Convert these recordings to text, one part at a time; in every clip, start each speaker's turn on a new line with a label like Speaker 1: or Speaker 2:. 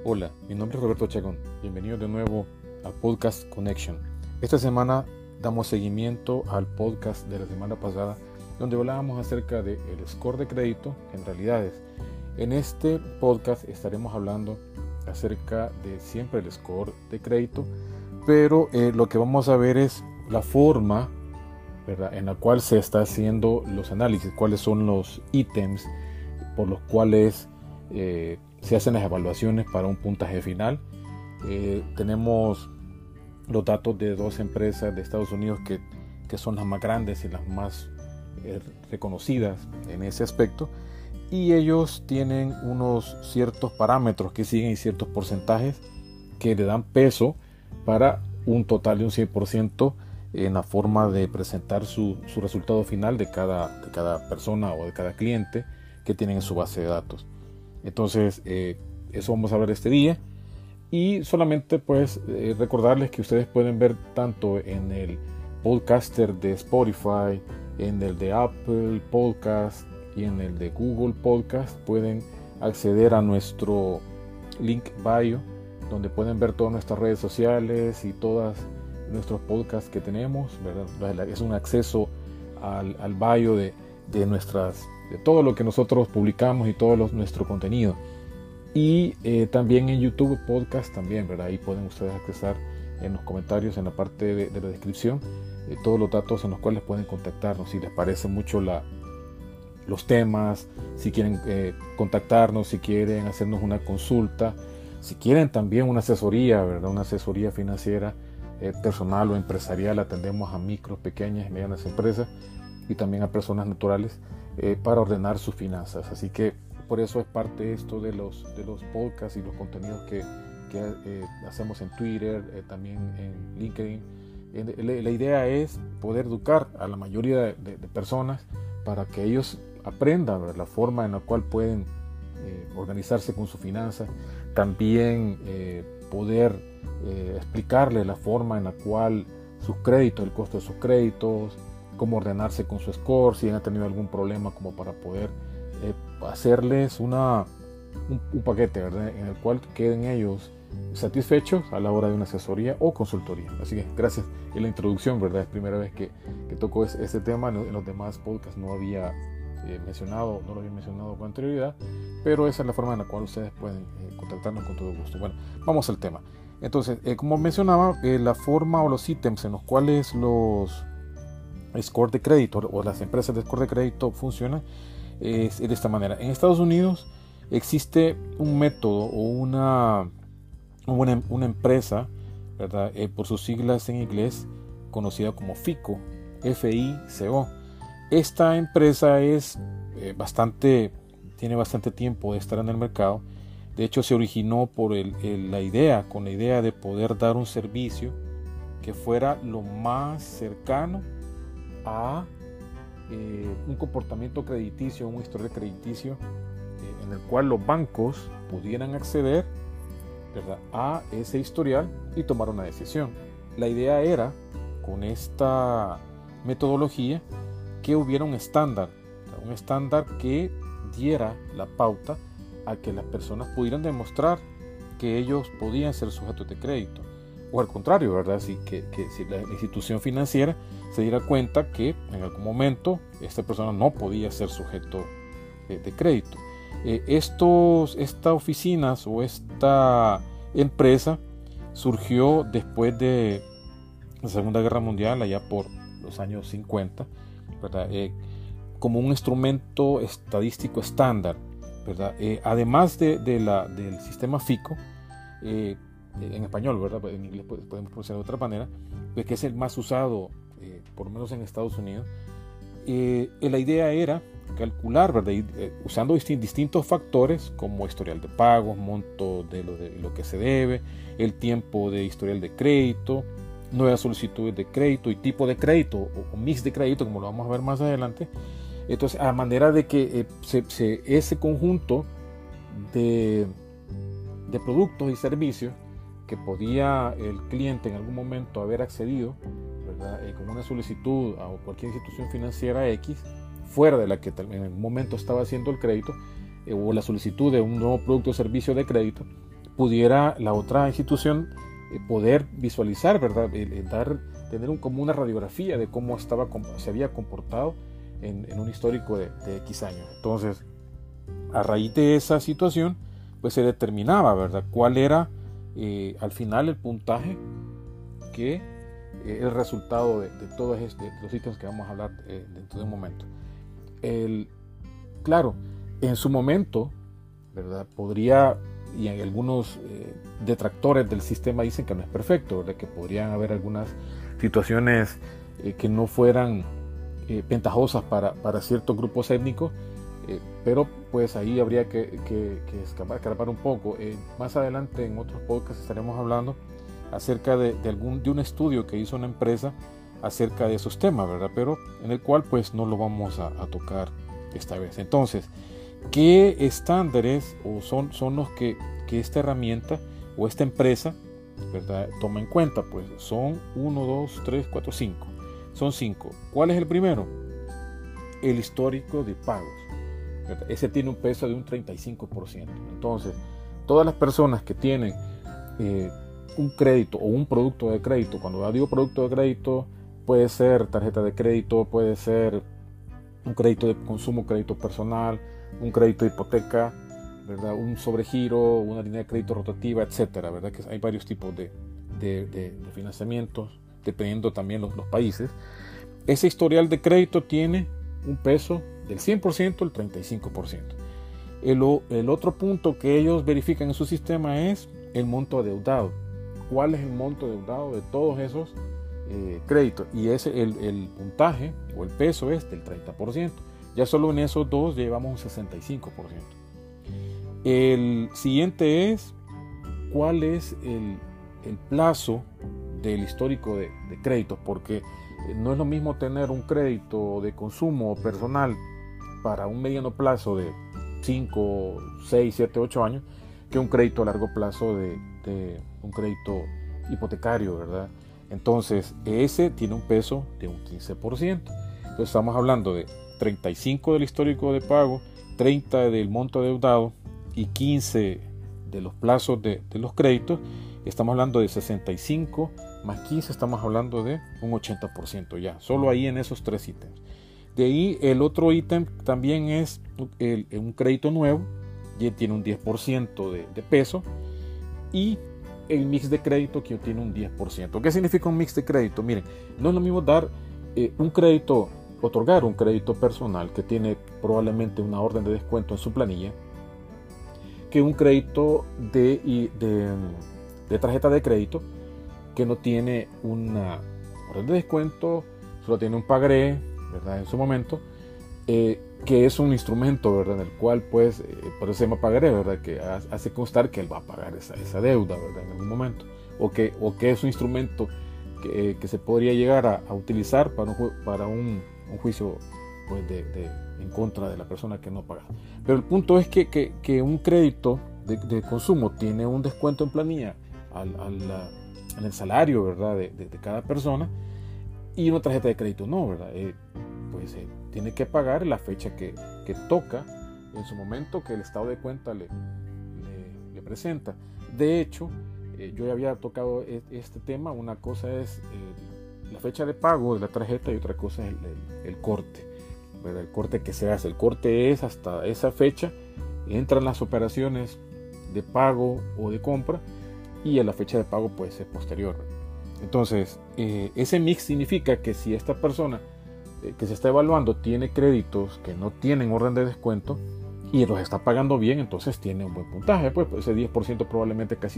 Speaker 1: Hola, mi nombre es Roberto Chacón. Bienvenido de nuevo al Podcast Connection. Esta semana damos seguimiento al podcast de la semana pasada, donde hablábamos acerca del score de crédito en realidades. En este podcast estaremos hablando acerca de siempre el score de crédito, pero lo que vamos a ver es la forma, ¿verdad?, en la cual se está haciendo los análisis, cuáles son los ítems por los cuales se hacen las evaluaciones para un puntaje final. Tenemos los datos de dos empresas de Estados Unidos que son las más grandes y las más reconocidas en ese aspecto, y ellos tienen unos ciertos parámetros que siguen y ciertos porcentajes que le dan peso para un total de un 100% en la forma de presentar su resultado final de cada persona o de cada cliente que tienen en su base de datos. Entonces eso vamos a hablar este día, y solamente pues recordarles que ustedes pueden ver tanto en el podcaster de Spotify, en el de Apple Podcast y en el de Google Podcast. Pueden acceder a nuestro link bio, donde pueden ver todas nuestras redes sociales y todos nuestros podcasts que tenemos, ¿verdad? Es un acceso al bio de todo lo que nosotros publicamos y todo nuestro contenido. Y también en YouTube Podcast también, ¿verdad? Ahí pueden ustedes accesar en los comentarios, en la parte de la descripción, todos los datos en los cuales pueden contactarnos si les parece mucho los temas, si quieren contactarnos, si quieren hacernos una consulta, si quieren también una asesoría, ¿verdad? Una asesoría financiera personal o empresarial. Atendemos a micros, pequeñas y medianas empresas y también a personas naturales para ordenar sus finanzas. Así que por eso es parte de esto de los podcasts y los contenidos que hacemos en Twitter, también en LinkedIn. La idea es poder educar a la mayoría de personas para que ellos aprendan, ¿verdad?, la forma en la cual pueden organizarse con sus finanzas. También poder explicarles la forma en la cual sus créditos, el costo de sus créditos, cómo ordenarse con su score, si han tenido algún problema, como para poder hacerles un paquete, ¿verdad?, en el cual queden ellos satisfechos a la hora de una asesoría o consultoría. Así que gracias. En la introducción, ¿verdad?, es primera vez que toco ese tema. En los demás podcasts no lo había mencionado con anterioridad, pero esa es la forma en la cual ustedes pueden contactarnos con todo gusto. Bueno, vamos al tema. Entonces, como mencionaba, la forma o los ítems en los cuales los score de crédito o las empresas de score de crédito funcionan es de esta manera. En Estados Unidos existe un método o una empresa, por sus siglas en inglés, conocida como FICO, FICO. Esta empresa tiene bastante tiempo de estar en el mercado. De hecho, se originó por la idea de poder dar un servicio que fuera lo más cercano a un comportamiento crediticio, un historial crediticio en el cual los bancos pudieran acceder, ¿verdad?, a ese historial y tomar una decisión. La idea era, con esta metodología, que hubiera un estándar que diera la pauta a que las personas pudieran demostrar que ellos podían ser sujetos de crédito, o al contrario, ¿verdad?, si la institución financiera se diera cuenta que en algún momento esta persona no podía ser sujeto de crédito. Estas oficinas o esta empresa surgió después de la Segunda Guerra Mundial, allá por los años 50, ¿verdad?, como un instrumento estadístico estándar, ¿verdad? Además del sistema FICO, en español, ¿verdad?, en inglés podemos pronunciar de otra manera, pues, que es el más usado, por lo menos en Estados Unidos. La idea era calcular, ¿verdad?, usando distintos factores como historial de pagos, monto de lo que se debe, el tiempo de historial de crédito, nuevas solicitudes de crédito y tipo de crédito o mix de crédito, como lo vamos a ver más adelante. Entonces, a manera de que ese conjunto de productos y servicios que podía el cliente en algún momento haber accedido, ¿verdad?, con una solicitud a cualquier institución financiera X, fuera de la que en el momento estaba haciendo el crédito, o la solicitud de un nuevo producto o servicio de crédito, pudiera la otra institución poder visualizar, ¿verdad? Tener como una radiografía de cómo se había comportado en un histórico de X años. Entonces, a raíz de esa situación, pues se determinaba, ¿verdad?, cuál era al final el puntaje que el resultado de todos los ítems que vamos a hablar dentro de un momento. Claro, en su momento, ¿verdad?, podría, y algunos detractores del sistema dicen que no es perfecto, ¿verdad?, que podrían haber algunas situaciones que no fueran ventajosas para ciertos grupos étnicos, pero pues ahí habría que escarbar un poco. Más adelante en otros podcasts estaremos hablando acerca de un estudio que hizo una empresa acerca de esos temas, ¿verdad? Pero en el cual pues no lo vamos a tocar esta vez. Entonces, ¿qué estándares son los que esta herramienta o esta empresa, ¿verdad?, toma en cuenta? Pues son 1, 2, 3, 4, 5. Son 5. ¿Cuál es el primero? El histórico de pagos, ¿verdad? Ese tiene un peso de un 35%. Entonces, todas las personas que tienen un crédito o un producto de crédito, cuando digo producto de crédito, puede ser tarjeta de crédito, puede ser un crédito de consumo, crédito personal, un crédito de hipoteca, ¿verdad?, un sobregiro, una línea de crédito rotativa, etcétera, ¿verdad? Que hay varios tipos de financiamientos, dependiendo también los países. Ese historial de crédito tiene un peso del 100% al 35%. El otro punto que ellos verifican en su sistema es el monto adeudado. ¿Cuál es el monto adeudado de todos esos créditos? Y el puntaje o el peso es del 30%. Ya solo en esos dos llevamos un 65%. El siguiente es cuál es el plazo del histórico de créditos, porque no es lo mismo tener un crédito de consumo personal para un mediano plazo de 5, 6, 7, 8 años que un crédito a largo plazo de un crédito hipotecario, ¿verdad? Entonces, ese tiene un peso de un 15%. Entonces, estamos hablando de 35 del histórico de pago, 30 del monto adeudado y 15 de los plazos de los créditos. Estamos hablando de 65 más 15, estamos hablando de un 80% ya, solo ahí en esos tres ítems. De ahí el otro ítem también es un crédito nuevo, ya tiene un 10% de peso, y el mix de crédito que tiene un 10%. ¿Qué significa un mix de crédito? Miren, no es lo mismo dar otorgar un crédito personal que tiene probablemente una orden de descuento en su planilla, que un crédito de tarjeta de crédito que no tiene una orden de descuento, solo tiene un pagaré, ¿verdad?, en su momento, que es un instrumento, ¿verdad?, en el cual pues por eso se llama pagaré, ¿verdad?, que hace constar que él va a pagar esa deuda, ¿verdad?, en algún momento, o que es un instrumento que se podría llegar a utilizar para un juicio pues en contra de la persona que no paga. Pero el punto es que un crédito de consumo tiene un descuento en planilla en el salario, ¿verdad?, de cada persona, y una tarjeta de crédito no, ¿verdad? Tiene que pagar la fecha que toca en su momento que el estado de cuenta le presenta. De hecho, yo ya había tocado este tema. Una cosa es la fecha de pago de la tarjeta y otra cosa es el corte, ¿verdad? El corte que se hace. El corte es hasta esa fecha, entran las operaciones de pago o de compra, y a la fecha de pago puede ser posterior. Entonces, ese mix significa que si esta persona que se está evaluando tiene créditos que no tienen orden de descuento y los está pagando bien, entonces tiene un buen puntaje. Pues ese 10% probablemente casi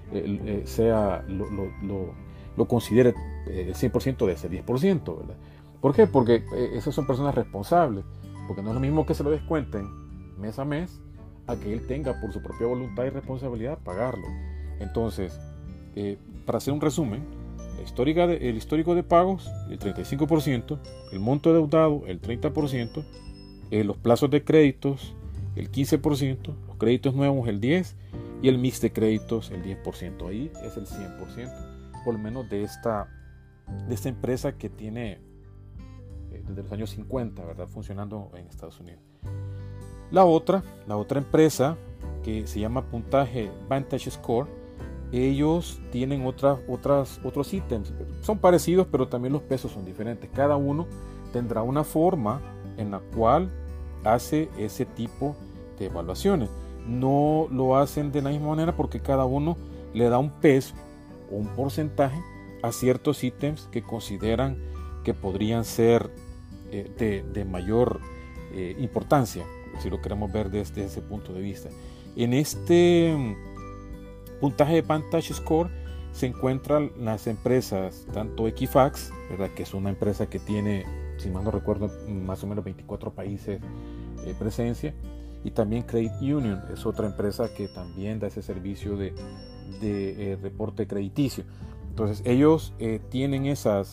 Speaker 1: lo considere el 100% de ese 10%, ¿verdad? ¿Por qué? Porque esas son personas responsables, porque no es lo mismo que se lo descuenten mes a mes a que él tenga por su propia voluntad y responsabilidad pagarlo. Entonces, para hacer un resumen, el histórico de pagos, el 35%, el monto adeudado, el 30%, los plazos de créditos, el 15%, los créditos nuevos, el 10%, y el mix de créditos, el 10%. Ahí es el 100%, por lo menos de esta empresa que tiene desde los años 50, ¿verdad?, funcionando en Estados Unidos. La otra empresa que se llama puntaje Vantage Score, ellos tienen otros ítems. Son parecidos, pero también los pesos son diferentes. Cada uno tendrá una forma en la cual hace ese tipo de evaluaciones. No lo hacen de la misma manera porque cada uno le da un peso o un porcentaje a ciertos ítems que consideran que podrían ser de mayor importancia, si lo queremos ver desde ese punto de vista. En este puntaje de Vantage Score se encuentran las empresas, tanto Equifax, ¿verdad?, que es una empresa que tiene, si mal no recuerdo, más o menos 24 países presencia, y también Credit Union, es otra empresa que también da ese servicio de reporte crediticio. Entonces ellos tienen esta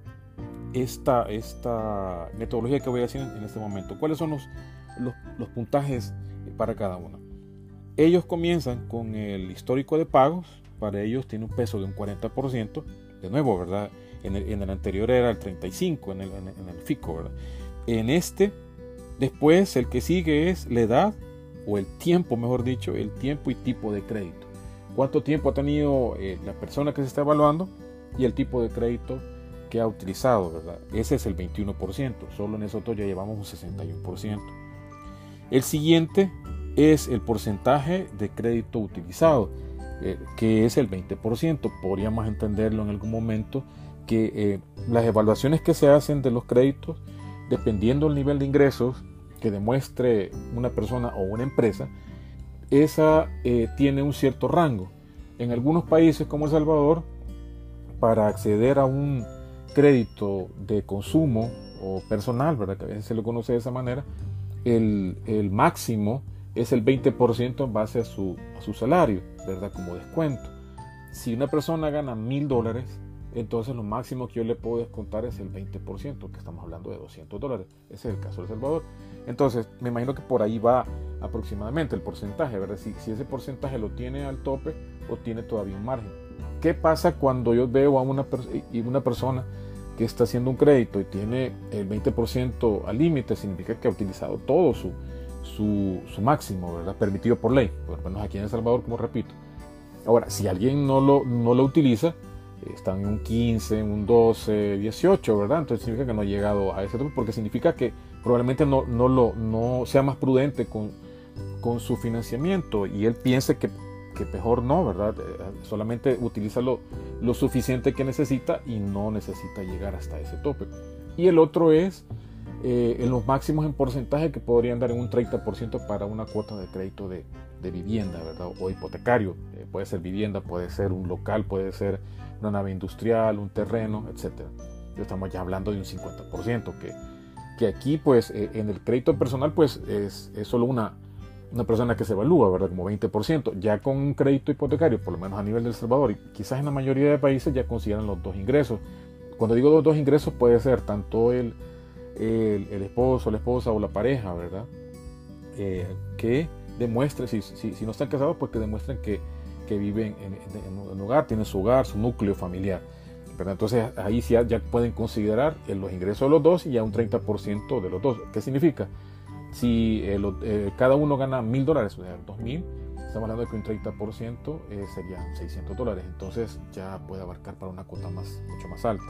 Speaker 1: metodología que voy a decir en este momento. ¿Cuáles son los puntajes para cada uno? Ellos comienzan con el histórico de pagos. Para ellos tiene un peso de un 40%. De nuevo, ¿verdad? En el anterior era el 35%, en el FICO, ¿verdad? Después el que sigue es la edad, o el tiempo, mejor dicho, el tiempo y tipo de crédito. ¿Cuánto tiempo ha tenido la persona que se está evaluando y el tipo de crédito que ha utilizado, ¿verdad? Ese es el 21%. Solo nosotros ya llevamos un 61%. El siguiente es el porcentaje de crédito utilizado, que es el 20%. Podríamos entenderlo en algún momento que las evaluaciones que se hacen de los créditos, dependiendo del nivel de ingresos que demuestre una persona o una empresa, esa tiene un cierto rango. En algunos países como El Salvador, para acceder a un crédito de consumo o personal, ¿verdad?, que a veces se lo conoce de esa manera, el máximo es el 20% en base a su salario, ¿verdad?, como descuento. Si una persona gana $1,000, entonces lo máximo que yo le puedo descontar es el 20%, que estamos hablando de $200. Ese es el caso de El Salvador. Entonces me imagino que por ahí va aproximadamente el porcentaje, ¿verdad? Si ese porcentaje lo tiene al tope o tiene todavía un margen. ¿Qué pasa cuando yo veo a una persona que está haciendo un crédito y tiene el 20% al límite? Significa que ha utilizado todo su máximo, ¿verdad?, permitido por ley, por lo menos aquí en El Salvador, como repito. Ahora, si alguien no lo utiliza, están en un 15, un 12, 18, ¿verdad? Entonces significa que no ha llegado a ese tope, porque significa que probablemente no sea más prudente con su financiamiento, y él piense que mejor no, ¿verdad? Solamente utiliza lo suficiente que necesita y no necesita llegar hasta ese tope. Y el otro es en los máximos en porcentaje, que podrían dar en un 30% para una cuota de crédito de vivienda, ¿verdad?, o hipotecario. Puede ser vivienda, puede ser un local, puede ser una nave industrial, un terreno, etc. Estamos ya hablando de un 50%, que aquí, pues, en el crédito personal, pues, es solo una persona que se evalúa, ¿verdad?, como 20%. Ya con un crédito hipotecario, por lo menos a nivel de El Salvador, y quizás en la mayoría de países, ya consideran los dos ingresos. Cuando digo los dos ingresos, puede ser tanto el esposo, la esposa o la pareja, ¿verdad?, que demuestre, si no están casados, pues que demuestren que viven en un hogar, tienen su hogar, su núcleo familiar, ¿verdad? Entonces ahí sí ya pueden considerar los ingresos de los dos y ya un 30% de los dos. ¿Qué significa? Si cada uno gana $1,000, o sea, 2,000, estamos hablando de que un 30% serían $600. Entonces ya puede abarcar para una cuota mucho más alta.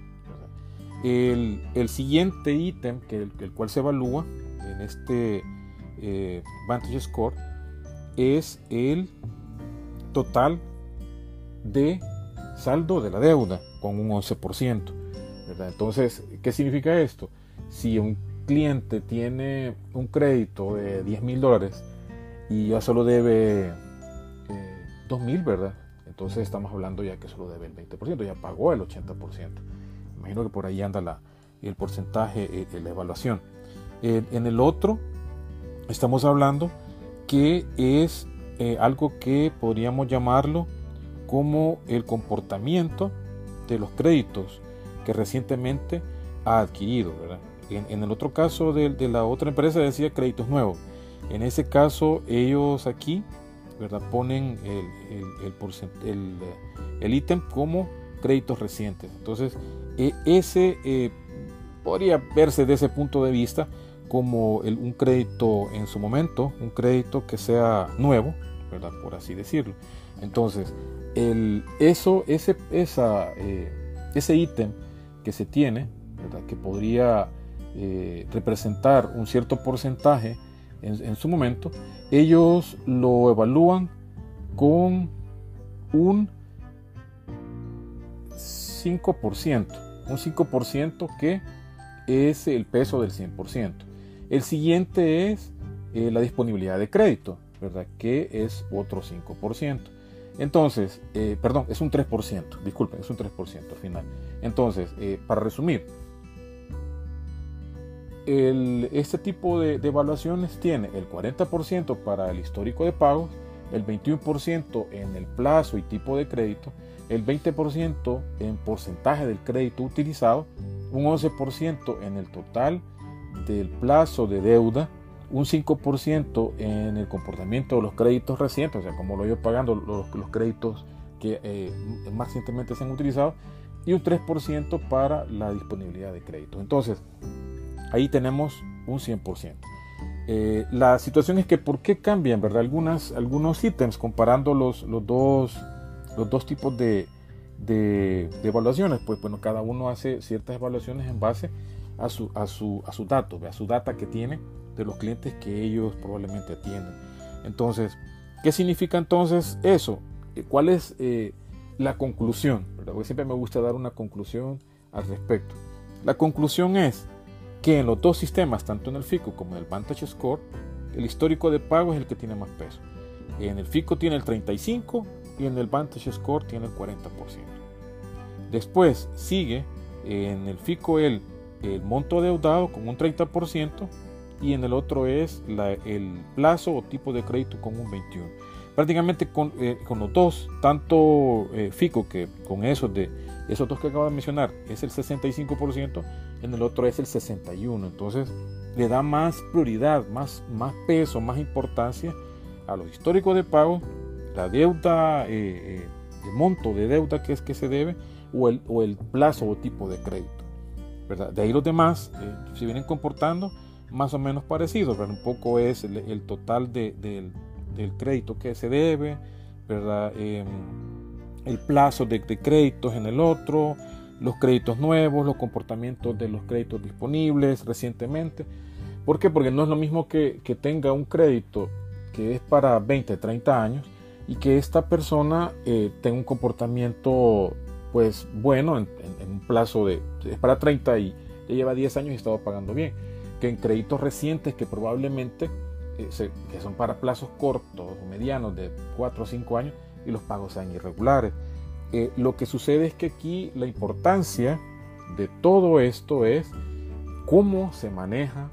Speaker 1: El siguiente ítem, el cual se evalúa en este Vantage Score, es el total de saldo de la deuda, con un 11%, ¿verdad? Entonces, ¿qué significa esto? Si un cliente tiene un crédito de $10,000 y ya solo debe 2,000, ¿verdad? Entonces estamos hablando ya que solo debe el 20%, ya pagó el 80%. Imagino que por ahí anda el porcentaje, la evaluación. En el otro, estamos hablando que es algo que podríamos llamarlo como el comportamiento de los créditos que recientemente ha adquirido, ¿verdad? En el otro caso de la otra empresa decía créditos nuevos. En ese caso ellos aquí, ¿verdad?, ponen el ítem como créditos recientes. Entonces ese podría verse desde ese punto de vista como un crédito en su momento, un crédito que sea nuevo, ¿verdad? Por así decirlo. Entonces, ese ítem que se tiene, ¿verdad? Que podría representar un cierto porcentaje en su momento, ellos lo evalúan con un 5% que es el peso del 100%. El siguiente es la disponibilidad de crédito, ¿verdad? Que es otro 5%. Entonces, perdón, es un 3%, disculpen, es un 3% al final. Entonces, para resumir, este tipo de evaluaciones tiene el 40% para el histórico de pagos, el 21% en el plazo y tipo de crédito, el 20% en porcentaje del crédito utilizado, un 11% en el total del plazo de deuda, un 5% en el comportamiento de los créditos recientes, o sea, como lo he ido pagando los créditos que más recientemente se han utilizado, y un 3% para la disponibilidad de crédito. Entonces, ahí tenemos un 100%. La situación es que ¿por qué cambian, verdad? Algunos ítems comparando los dos tipos de evaluaciones? Pues bueno, cada uno hace ciertas evaluaciones en base a su dato, a su data que tiene de los clientes que ellos probablemente atienden. Entonces, ¿qué significa entonces eso? ¿Cuál es la conclusión? ¿Verdad? Porque siempre me gusta dar una conclusión al respecto. La conclusión es que en los dos sistemas, tanto en el FICO como en el Vantage Score, el histórico de pago es el que tiene más peso. En el FICO tiene el 35% y en el Vantage Score tiene el 40%. Después sigue en el FICO el monto deudado con un 30% y en el otro es el plazo o tipo de crédito con un 21%. Prácticamente con los dos, tanto FICO que con esos dos que acabo de mencionar es el 65%, en el otro es el 61%. Entonces le da más prioridad, más peso, más importancia a los históricos de pago, la deuda, el monto de deuda que se debe o el plazo o tipo de crédito, ¿verdad? De ahí los demás se vienen comportando más o menos parecidos, ¿verdad? Un poco es el total del crédito que se debe, ¿verdad? El plazo de créditos en el otro, los créditos nuevos, los comportamientos de los créditos disponibles recientemente. ¿Por qué? Porque no es lo mismo que tenga un crédito que es para 20, 30 años y que esta persona tenga un comportamiento pues bueno en un plazo es para 30 y ya lleva 10 años y estaba pagando bien, que en créditos recientes que probablemente que son para plazos cortos o medianos de 4 o 5 años y los pagos sean irregulares. Lo que sucede es que aquí la importancia de todo esto es cómo se maneja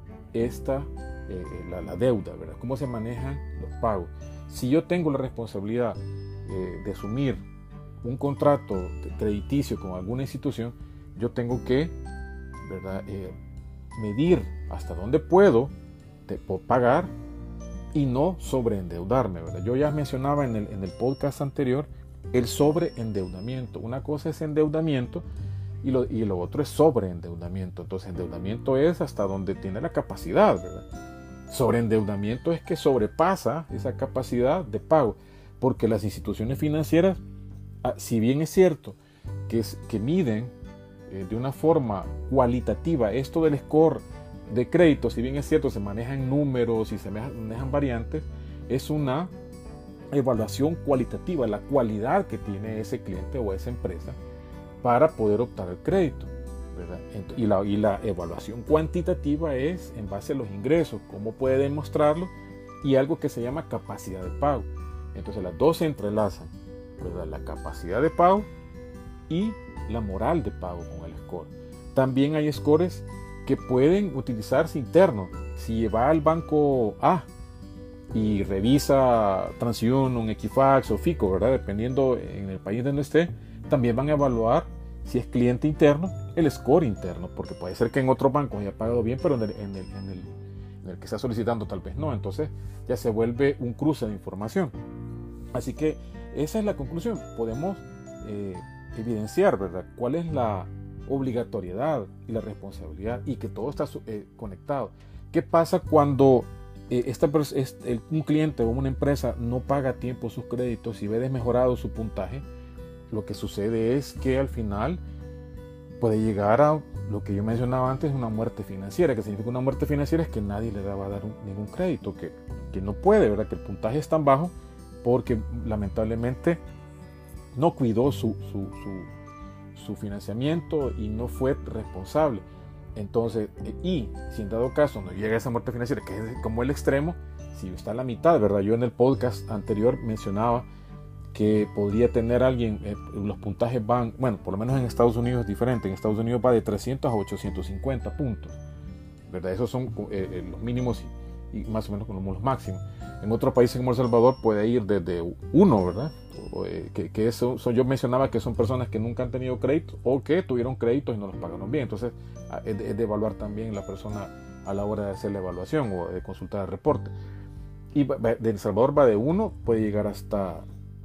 Speaker 1: la deuda, ¿verdad? Cómo se manejan los pagos. Si yo tengo la responsabilidad de asumir un contrato crediticio con alguna institución, yo tengo que, ¿verdad? Medir hasta dónde puedo pagar y no sobreendeudarme, ¿verdad? Yo ya mencionaba en el podcast anterior el sobreendeudamiento. Una cosa es endeudamiento y lo otro es sobreendeudamiento. Entonces, endeudamiento es hasta donde tiene la capacidad, ¿verdad? Sobreendeudamiento es que sobrepasa esa capacidad de pago, porque las instituciones financieras, si bien es cierto que miden de una forma cualitativa esto del score de crédito, si bien es cierto se manejan números y se manejan variantes, es una evaluación cualitativa, la cualidad que tiene ese cliente o esa empresa para poder optar al crédito, ¿verdad? Y la evaluación cuantitativa es en base a los ingresos, cómo puede demostrarlo, y algo que se llama capacidad de pago. Entonces las dos se entrelazan, ¿verdad? La capacidad de pago y la moral de pago con el score. También hay scores que pueden utilizarse internos. Si va al banco A y revisa TransUnion, Equifax o Fico, ¿verdad? Dependiendo en el país donde esté, también van a evaluar si es cliente interno, el score interno, porque puede ser que en otros bancos haya pagado bien, pero en el que está solicitando tal vez no. Entonces ya se vuelve un cruce de información. Así que esa es la conclusión. Podemos evidenciar, ¿verdad? ¿Cuál es la obligatoriedad y la responsabilidad y que todo está conectado. ¿Qué pasa cuando un cliente o una empresa no paga a tiempo sus créditos y ve desmejorado su puntaje? Lo que sucede es que al final puede llegar a lo que yo mencionaba antes, una muerte financiera. Que significa una muerte financiera es que nadie le va a dar ningún crédito, que no puede, ¿verdad? Que el puntaje es tan bajo porque lamentablemente no cuidó su financiamiento y no fue responsable. Entonces, y si en dado caso no llega a esa muerte financiera, que es como el extremo, si está a la mitad, ¿verdad? Yo en el podcast anterior mencionaba que podría tener alguien, los puntajes van, bueno, por lo menos en Estados Unidos es diferente. En Estados Unidos va de 300 a 850 puntos, ¿verdad? Esos son los mínimos y más o menos como los máximos. En otros países como El Salvador puede ir desde 1, ¿verdad? Que eso yo mencionaba que son personas que nunca han tenido crédito o que tuvieron créditos y no los pagaron bien. Entonces es de evaluar también la persona a la hora de hacer la evaluación o de consultar el reporte. Y de El Salvador va de 1, puede llegar hasta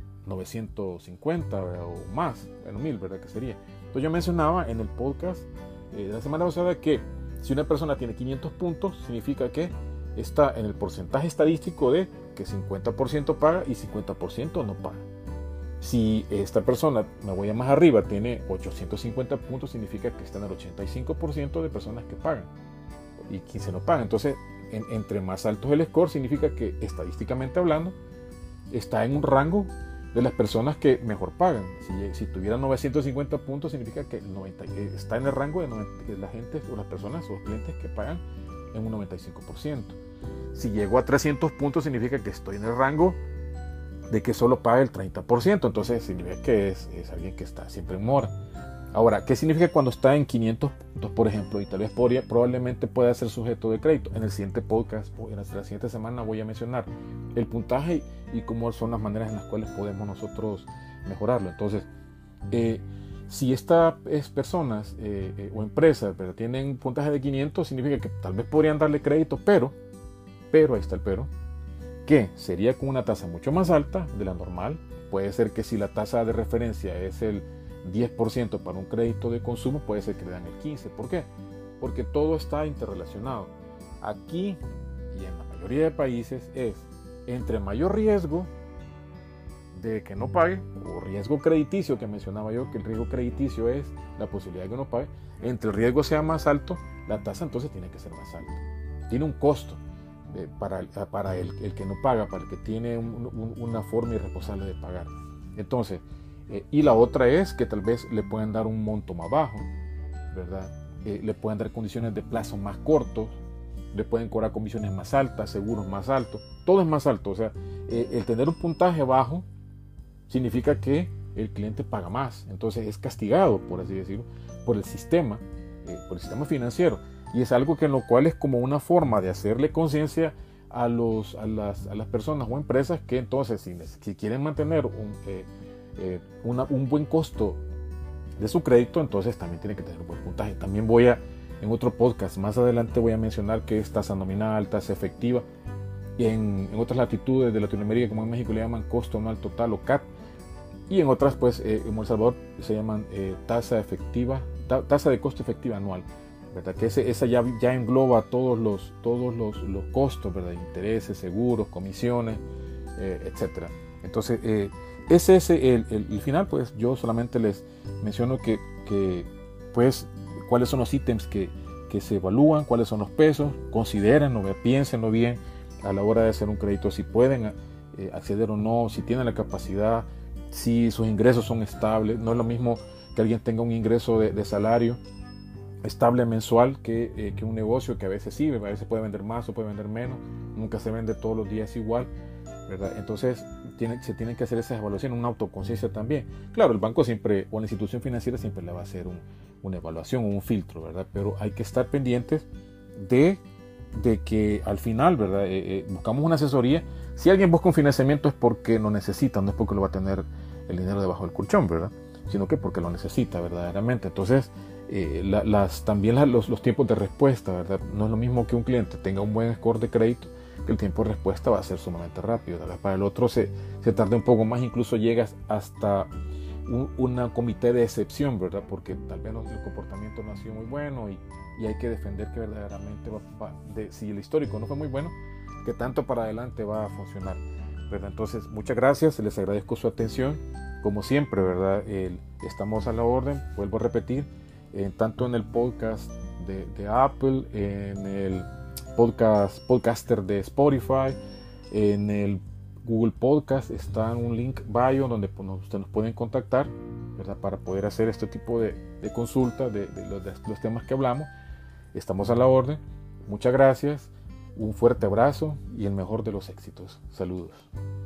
Speaker 1: 950 o más, bueno, 1000, ¿verdad? Que sería. Entonces yo mencionaba en el podcast de la semana pasada que si una persona tiene 500 puntos, significa que está en el porcentaje estadístico de que 50% paga y 50% no paga. Si esta persona, me voy a más arriba, tiene 850 puntos, significa que está en el 85% de personas que pagan y 15 no pagan. Entonces, entre más alto es el score, significa que estadísticamente hablando, está en un rango de las personas que mejor pagan. Si tuviera 950 puntos, significa que está en el rango de la gente o las personas o los clientes que pagan en un 95%. Si llego a 300 puntos, significa que estoy en el rango de que solo paga el 30%. Entonces significa que es alguien que está siempre en mora. Ahora, ¿qué significa cuando está en 500 puntos, por ejemplo? Y tal vez probablemente pueda ser sujeto de crédito. En el siguiente podcast, en la siguiente semana, voy a mencionar el puntaje y cómo son las maneras en las cuales podemos nosotros mejorarlo. Entonces, si estas personas o empresas pero tienen un puntaje de 500, significa que tal vez podrían darle crédito, pero ahí está el pero, que sería con una tasa mucho más alta de la normal. Puede ser que si la tasa de referencia es el 10% para un crédito de consumo, puede ser que le dan el 15%. ¿Por qué? Porque todo está interrelacionado. Aquí y en la mayoría de países es entre mayor riesgo de que no pague, o riesgo crediticio, que mencionaba yo, que el riesgo crediticio es la posibilidad de que no pague, entre el riesgo sea más alto, la tasa entonces tiene que ser más alta. Tiene un costo para el que no paga, para el que tiene una forma irresponsable de pagar. Entonces, y la otra es que tal vez le pueden dar un monto más bajo, ¿verdad? Le pueden dar condiciones de plazo más cortos, le pueden cobrar comisiones más altas, seguros más altos, todo es más alto. O sea, el tener un puntaje bajo significa que el cliente paga más, entonces es castigado, por así decirlo, por el sistema financiero. Y es algo que en lo cual es como una forma de hacerle conciencia a las personas o empresas que entonces si quieren mantener un buen costo de su crédito, entonces también tienen que tener un buen puntaje. También en otro podcast más adelante voy a mencionar que es tasa nominal, tasa efectiva, y en otras latitudes de Latinoamérica como en México le llaman costo anual total o CAT, y en otras pues en El Salvador se llaman tasa de costo efectiva anual, ¿verdad? Que esa ya engloba todos los costos, ¿verdad? Intereses, seguros, comisiones, etcétera. Entonces ese es el final. Pues yo solamente les menciono que pues cuáles son los ítems que se evalúan, cuáles son los pesos, considérenlo, piénsenlo bien a la hora de hacer un crédito, si pueden acceder o no, si tienen la capacidad, si sus ingresos son estables. No es lo mismo que alguien tenga un ingreso de salario estable mensual que un negocio que a veces sí, a veces puede vender más o puede vender menos, nunca se vende todos los días igual, ¿verdad? Entonces se tienen que hacer esas evaluaciones, una autoconciencia también. Claro, el banco siempre o la institución financiera siempre le va a hacer una evaluación o un filtro, ¿verdad? Pero hay que estar pendientes de que al final, ¿verdad? Buscamos una asesoría. Si alguien busca un financiamiento es porque lo necesita, no es porque lo va a tener el dinero debajo del colchón, ¿verdad? Sino que porque lo necesita verdaderamente. Entonces también los tiempos de respuesta, ¿verdad? No es lo mismo que un cliente tenga un buen score de crédito, que el tiempo de respuesta va a ser sumamente rápido. Para el otro se tarda un poco más, incluso llegas hasta una comité de excepción, ¿verdad? Porque tal vez el comportamiento no ha sido muy bueno y hay que defender que verdaderamente si el histórico no fue muy bueno, que tanto para adelante va a funcionar, ¿verdad? Entonces, muchas gracias, les agradezco su atención. Como siempre, ¿verdad? Estamos a la orden, vuelvo a repetir, tanto en el podcast de Apple, en el podcaster de Spotify, en el Google Podcast, está un link bio donde ustedes nos pueden contactar, ¿verdad? Para poder hacer este tipo de consultas de los temas que hablamos. Estamos a la orden. Muchas gracias, un fuerte abrazo y el mejor de los éxitos. Saludos.